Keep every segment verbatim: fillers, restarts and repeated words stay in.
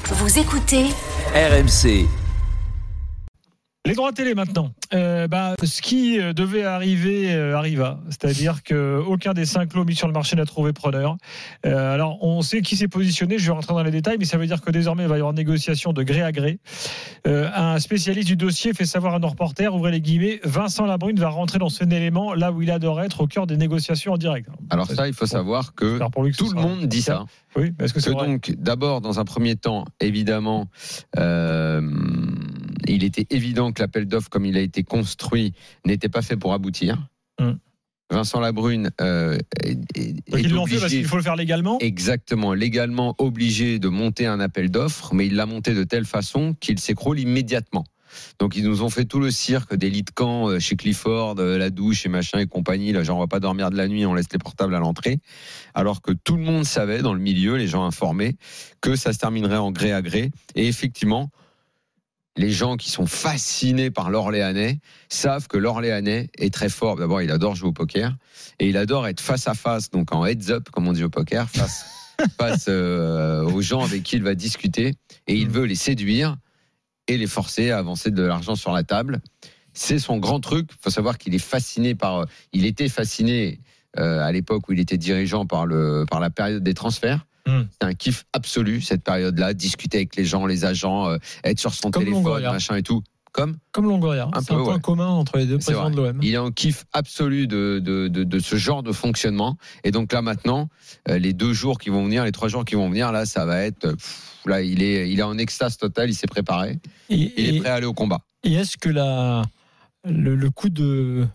Vous écoutez R M C. Les droits télé maintenant. Euh, bah, ce qui devait arriver euh, arriva. C'est-à-dire qu'aucun des cinq lots mis sur le marché n'a trouvé preneur. Euh, alors, on sait qui s'est positionné. Je vais rentrer dans les détails, mais ça veut dire que désormais, il va y avoir négociation de gré à gré. Euh, un spécialiste du dossier fait savoir à nos reporters, ouvrez les guillemets, Vincent Labrune va rentrer dans ce élément là où il adore être, au cœur des négociations en direct. Alors ça, il faut savoir que tout le monde dit ça. Oui, est-ce que c'est que vrai ? Donc, d'abord, dans un premier temps, évidemment, euh, il était évident que l'appel d'offres, comme il a été construit, n'était pas fait pour aboutir. Hum. Vincent Labrune euh, est, est, Donc est ils l'ont obligé, fait parce qu'il faut le faire légalement. Exactement, légalement obligé de monter un appel d'offres, mais il l'a monté de telle façon qu'il s'écroule immédiatement. Donc ils nous ont fait tout le cirque des lits de camp chez Clifford, la douche et machin et compagnie. Là, genre on va pas dormir de la nuit, on laisse les portables à l'entrée. Alors que tout le monde savait dans le milieu, les gens informés, que ça se terminerait en gré à gré. Et effectivement, les gens qui sont fascinés par l'Orléanais savent que l'Orléanais est très fort. D'abord, il adore jouer au poker et il adore être face à face, donc en heads up, comme on dit au poker, face, face euh, aux gens avec qui il va discuter. Et il veut les séduire et les forcer à avancer de l'argent sur la table. C'est son grand truc. Il faut savoir qu'il est fasciné par... Il était fasciné euh, à l'époque où il était dirigeant par, le, par la période des transferts. Mmh. C'est un kiff absolu, cette période-là. Discuter avec les gens, les agents, euh, être sur son Comme téléphone, Longoria. machin et tout. Comme Comme Longoria. Un c'est peu, un point ouais. commun entre les deux C'est présidents vrai. de l'O M. Il est en kiff absolu de, de, de, de ce genre de fonctionnement. Et donc là, maintenant, euh, les deux jours qui vont venir, les trois jours qui vont venir, là, ça va être... Pff, là, il est, il est en extase totale, il s'est préparé. Et, il et, est prêt à aller au combat. Et est-ce que la, le, le coup de...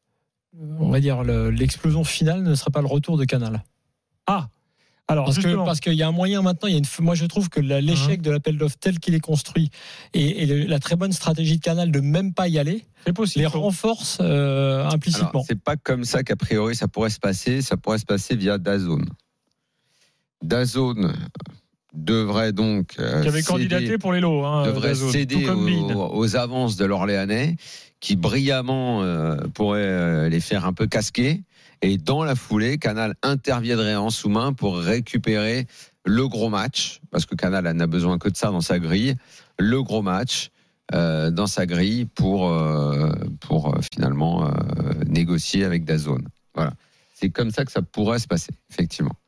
On va dire le, l'explosion finale ne sera pas le retour de Canal ? Ah Alors, parce, que, parce qu'il y a un moyen maintenant, il y a une, moi je trouve que la, l'échec de l'appel d'offres tel qu'il est construit et, et le, la très bonne stratégie de Canal de même pas y aller, c'est possible, les renforce euh, implicitement. Alors, c'est pas comme ça qu'a priori ça pourrait se passer, ça pourrait se passer via DAZN. DAZN devrait donc euh, qui avait céder, candidaté pour les lots, hein, devrait DAZN, céder aux, aux avances de l'Orléanais qui brillamment euh, pourraient euh, les faire un peu casquer. Et dans la foulée, Canal interviendrait en sous-main pour récupérer le gros match, parce que Canal n'a besoin que de ça dans sa grille, le gros match euh, dans sa grille pour, euh, pour euh, finalement euh, négocier avec DAZN. Voilà. C'est comme ça que ça pourrait se passer, effectivement.